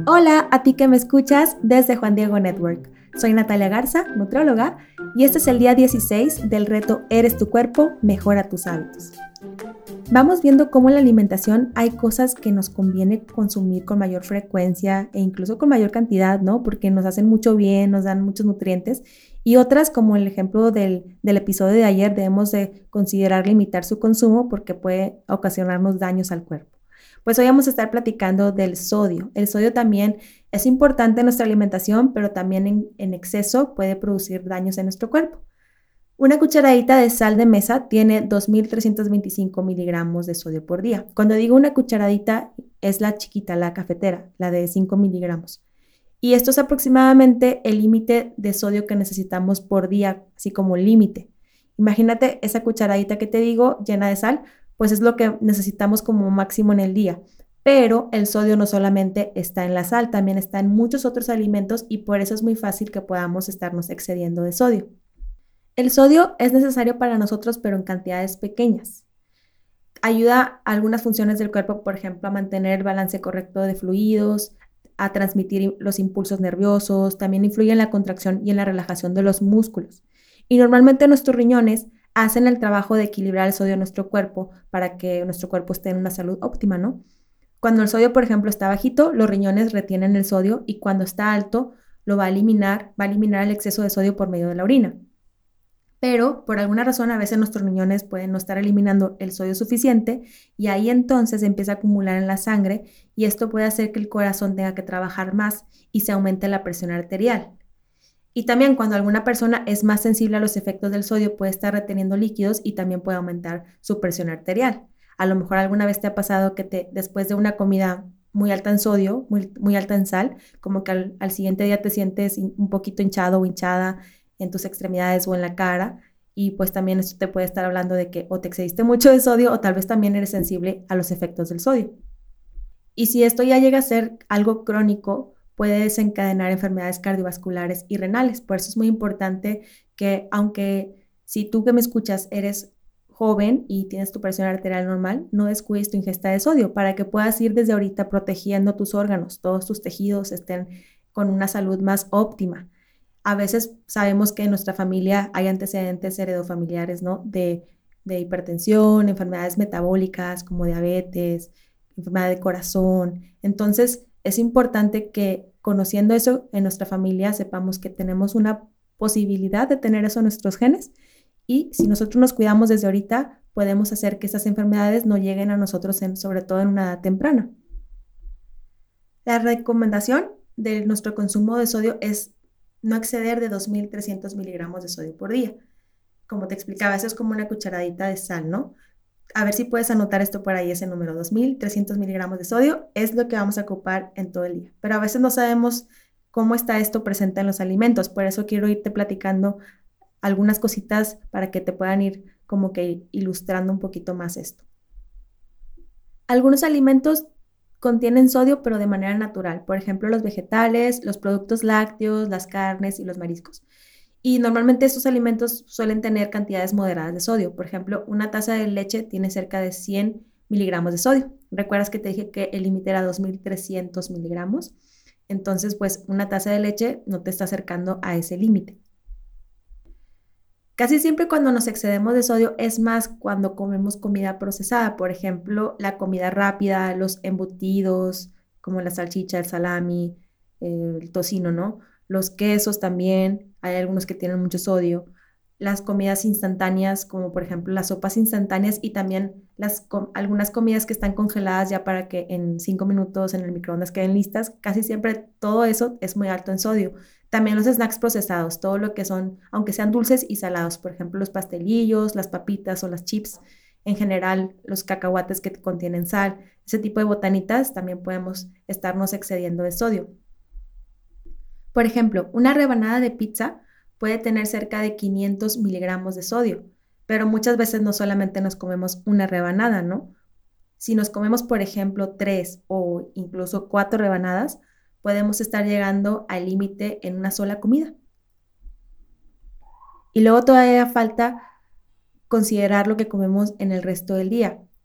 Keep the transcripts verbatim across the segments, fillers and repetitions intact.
Hola a ti que me escuchas desde Juan Diego Network. Soy Natalia Garza, nutrióloga, y este es el día dieciséis del reto Eres tu cuerpo, mejora tus hábitos. Vamos viendo cómo en la alimentación hay cosas que nos conviene consumir con mayor frecuencia e incluso con mayor cantidad, ¿no? Porque nos hacen mucho bien, nos dan muchos nutrientes. Y otras, como el ejemplo del, del episodio de ayer, debemos de considerar limitar su consumo porque puede ocasionarnos daños al cuerpo. Pues hoy vamos a estar platicando del sodio. El sodio también es importante en nuestra alimentación, pero también en, en exceso puede producir daños en nuestro cuerpo. Una cucharadita de sal de mesa tiene dos mil trescientos veinticinco miligramos de sodio por día. Cuando digo una cucharadita, es la chiquita, la cafetera, la de cinco miligramos. Y esto es aproximadamente el límite de sodio que necesitamos por día, así como límite. Imagínate esa cucharadita que te digo llena de sal, pues es lo que necesitamos como máximo en el día. Pero el sodio no solamente está en la sal, también está en muchos otros alimentos y por eso es muy fácil que podamos estarnos excediendo de sodio. El sodio es necesario para nosotros, pero en cantidades pequeñas. Ayuda a algunas funciones del cuerpo, por ejemplo, a mantener el balance correcto de fluidos, a transmitir los impulsos nerviosos, también influye en la contracción y en la relajación de los músculos. Y normalmente nuestros riñones hacen el trabajo de equilibrar el sodio en nuestro cuerpo para que nuestro cuerpo esté en una salud óptima, ¿no? Cuando el sodio, por ejemplo, está bajito, los riñones retienen el sodio y cuando está alto, lo va a eliminar, va a eliminar el exceso de sodio por medio de la orina. Pero por alguna razón a veces nuestros riñones pueden no estar eliminando el sodio suficiente y ahí entonces empieza a acumular en la sangre y esto puede hacer que el corazón tenga que trabajar más y se aumente la presión arterial. Y también cuando alguna persona es más sensible a los efectos del sodio puede estar reteniendo líquidos y también puede aumentar su presión arterial. A lo mejor alguna vez te ha pasado que te, después de una comida muy alta en sodio, muy, muy alta en sal, como que al, al siguiente día te sientes un poquito hinchado o hinchada en tus extremidades o en la cara y pues también esto te puede estar hablando de que o te excediste mucho de sodio o tal vez también eres sensible a los efectos del sodio. Y si esto ya llega a ser algo crónico, puede desencadenar enfermedades cardiovasculares y renales. Por eso es muy importante que aunque si tú que me escuchas eres joven y tienes tu presión arterial normal, no descuides tu ingesta de sodio para que puedas ir desde ahorita protegiendo tus órganos, todos tus tejidos estén con una salud más óptima. A veces sabemos que en nuestra familia hay antecedentes heredofamiliares, ¿no? De, de hipertensión, enfermedades metabólicas como diabetes, enfermedad de corazón. Entonces, es importante que conociendo eso en nuestra familia sepamos que tenemos una posibilidad de tener eso en nuestros genes y si nosotros nos cuidamos desde ahorita, podemos hacer que esas enfermedades no lleguen a nosotros, en, sobre todo en una edad temprana. La recomendación de nuestro consumo de sodio es no exceder de dos mil trescientos miligramos de sodio por día. Como te explicaba, eso es como una cucharadita de sal, ¿no? A ver si puedes anotar esto por ahí, ese número, dos mil trescientos miligramos de sodio, es lo que vamos a ocupar en todo el día. Pero a veces no sabemos cómo está esto presente en los alimentos, por eso quiero irte platicando algunas cositas para que te puedan ir como que ilustrando un poquito más esto. Algunos alimentos contienen sodio, pero de manera natural. Por ejemplo, los vegetales, los productos lácteos, las carnes y los mariscos. Y normalmente estos alimentos suelen tener cantidades moderadas de sodio. Por ejemplo, una taza de leche tiene cerca de cien miligramos de sodio. ¿Recuerdas que te dije que el límite era dos mil trescientos miligramos? Entonces, pues una taza de leche no te está acercando a ese límite. Casi siempre cuando nos excedemos de sodio es más cuando comemos comida procesada, por ejemplo, la comida rápida, los embutidos, como la salchicha, el salami, eh, el tocino, ¿no? Los quesos también, hay algunos que tienen mucho sodio. Las comidas instantáneas, como por ejemplo las sopas instantáneas y también las, com algunas comidas que están congeladas ya para que en cinco minutos en el microondas queden listas, casi siempre todo eso es muy alto en sodio. También los snacks procesados, todo lo que son, aunque sean dulces y salados, por ejemplo, los pastelillos, las papitas o las chips, en general los cacahuates que contienen sal, ese tipo de botanitas también podemos estarnos excediendo de sodio. Por ejemplo, una rebanada de pizza puede tener cerca de quinientos miligramos de sodio, pero muchas veces no solamente nos comemos una rebanada, ¿no? Si nos comemos, por ejemplo, tres o incluso cuatro rebanadas, podemos estar llegando al límite en una sola comida. Y luego todavía falta considerar lo que comemos en el resto del día.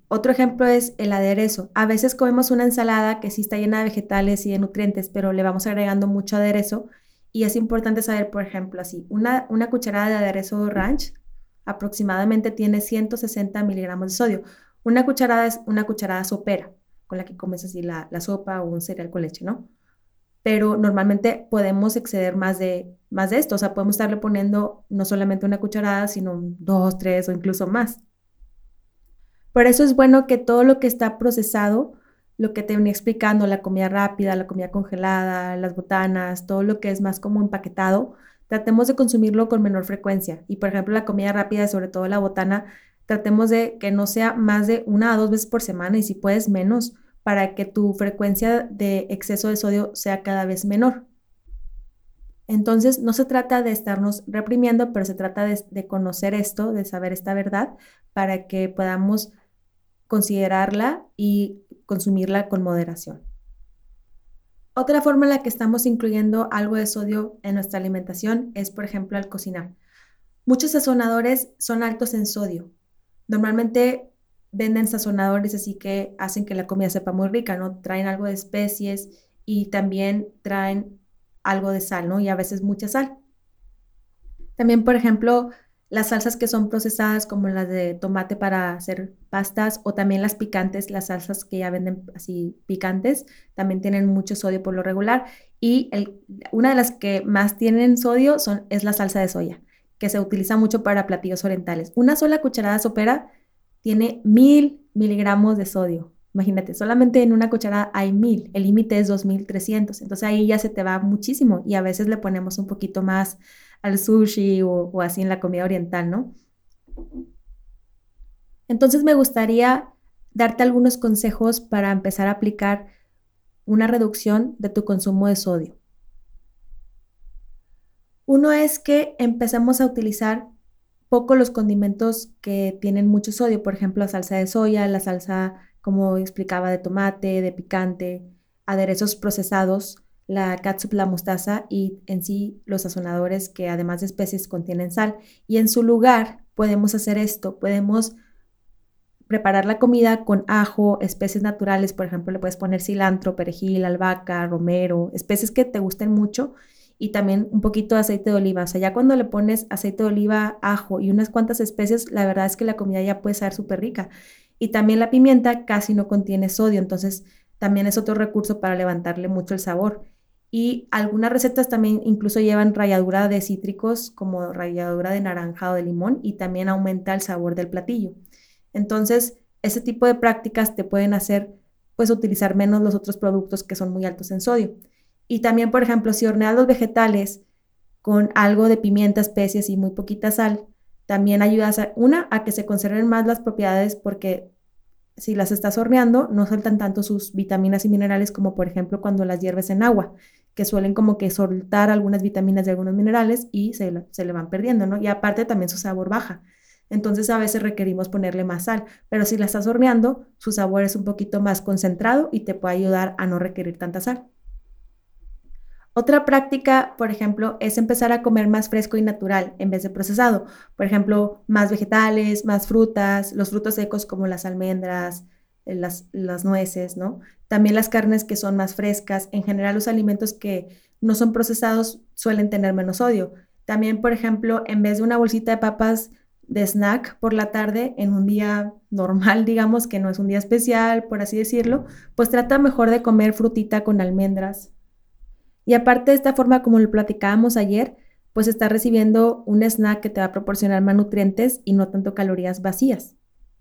Otro ejemplo es el aderezo. A veces comemos una ensalada que sí está llena de vegetales y de nutrientes, pero le vamos agregando mucho aderezo y es importante saber, por ejemplo, así, una, una cucharada de aderezo ranch aproximadamente tiene ciento sesenta miligramos de sodio. Una cucharada es una cucharada sopera, con la que comes así la, la sopa o un cereal con leche, ¿no? Pero normalmente podemos exceder más de, más de esto, o sea, podemos estarle poniendo no solamente una cucharada, sino dos, tres o incluso más. Por eso es bueno que todo lo que está procesado, lo que te venía explicando, la comida rápida, la comida congelada, las botanas, todo lo que es más como empaquetado, tratemos de consumirlo con menor frecuencia. Y por ejemplo, la comida rápida, sobre todo la botana, tratemos de que no sea más de una a dos veces por semana y si puedes menos, para que tu frecuencia de exceso de sodio sea cada vez menor. Entonces, no se trata de estarnos reprimiendo, pero se trata de, de conocer esto, de saber esta verdad, para que podamos considerarla y consumirla con moderación. Otra forma en la que estamos incluyendo algo de sodio en nuestra alimentación es, por ejemplo, al cocinar. Muchos sazonadores son altos en sodio. Normalmente venden sazonadores así que hacen que la comida sepa muy rica, ¿no? Traen algo de especies y también traen algo de sal, ¿no? Y a veces mucha sal. También, por ejemplo, las salsas que son procesadas como las de tomate para hacer pastas o también las picantes, las salsas que ya venden así picantes, también tienen mucho sodio por lo regular y el, una de las que más tienen sodio son, es la salsa de soya, que se utiliza mucho para platillos orientales. Una sola cucharada sopera tiene mil miligramos de sodio. Imagínate, solamente en una cucharada hay mil, el límite es dos mil trescientos, entonces ahí ya se te va muchísimo y a veces le ponemos un poquito más al sushi o, o así en la comida oriental, ¿no? Entonces me gustaría darte algunos consejos para empezar a aplicar una reducción de tu consumo de sodio. Uno es que empecemos a utilizar poco los condimentos que tienen mucho sodio, por ejemplo, la salsa de soya, la salsa, como explicaba, de tomate, de picante, aderezos procesados, la catsup, la mostaza y en sí los sazonadores que además de especies contienen sal. Y en su lugar podemos hacer esto, podemos preparar la comida con ajo, especies naturales, por ejemplo, le puedes poner cilantro, perejil, albahaca, romero, especies que te gusten mucho y también un poquito de aceite de oliva. O sea, ya cuando le pones aceite de oliva, ajo y unas cuantas especies, la verdad es que la comida ya puede ser súper rica. Y también la pimienta casi no contiene sodio, entonces también es otro recurso para levantarle mucho el sabor. Y algunas recetas también incluso llevan ralladura de cítricos como ralladura de naranja o de limón y también aumenta el sabor del platillo. Entonces, ese tipo de prácticas te pueden hacer pues utilizar menos los otros productos que son muy altos en sodio. Y también, por ejemplo, si horneas los vegetales con algo de pimienta, especias y muy poquita sal, también ayuda a, una, a que se conserven más las propiedades porque si las estás horneando no sueltan tanto sus vitaminas y minerales como por ejemplo cuando las hierves en agua, que suelen como que soltar algunas vitaminas de algunos minerales y se, se le van perdiendo, ¿no? Y aparte también su sabor baja. Entonces a veces requerimos ponerle más sal, pero si la estás horneando, su sabor es un poquito más concentrado y te puede ayudar a no requerir tanta sal. Otra práctica, por ejemplo, es empezar a comer más fresco y natural en vez de procesado. Por ejemplo, más vegetales, más frutas, los frutos secos como las almendras, eh, las, las nueces, ¿no? También las carnes que son más frescas. En general, los alimentos que no son procesados suelen tener menos sodio. También, por ejemplo, en vez de una bolsita de papas de snack por la tarde, en un día normal, digamos, que no es un día especial, por así decirlo, pues trata mejor de comer frutita con almendras. Y aparte de esta forma, como lo platicábamos ayer, pues estás recibiendo un snack que te va a proporcionar más nutrientes y no tanto calorías vacías.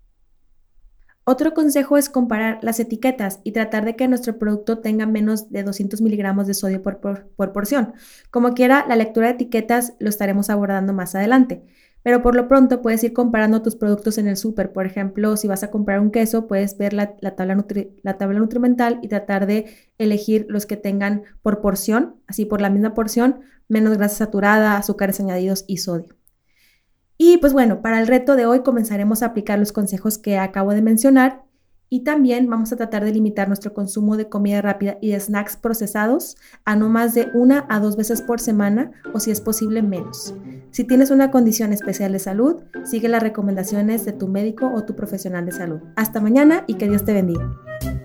Otro consejo es comparar las etiquetas y tratar de que nuestro producto tenga menos de doscientos miligramos de sodio por, por, por porción. Como quiera, la lectura de etiquetas lo estaremos abordando más adelante. Pero por lo pronto puedes ir comparando tus productos en el súper. Por ejemplo, si vas a comprar un queso, puedes ver la, la, tabla nutri, la tabla nutrimental y tratar de elegir los que tengan por porción, así por la misma porción, menos grasa saturada, azúcares añadidos y sodio. Y pues bueno, para el reto de hoy comenzaremos a aplicar los consejos que acabo de mencionar Y también vamos a tratar de limitar nuestro consumo de comida rápida y de snacks procesados a no más de una a dos veces por semana o si es posible menos. Si tienes una condición especial de salud, sigue las recomendaciones de tu médico o tu profesional de salud. Hasta mañana y que Dios te bendiga.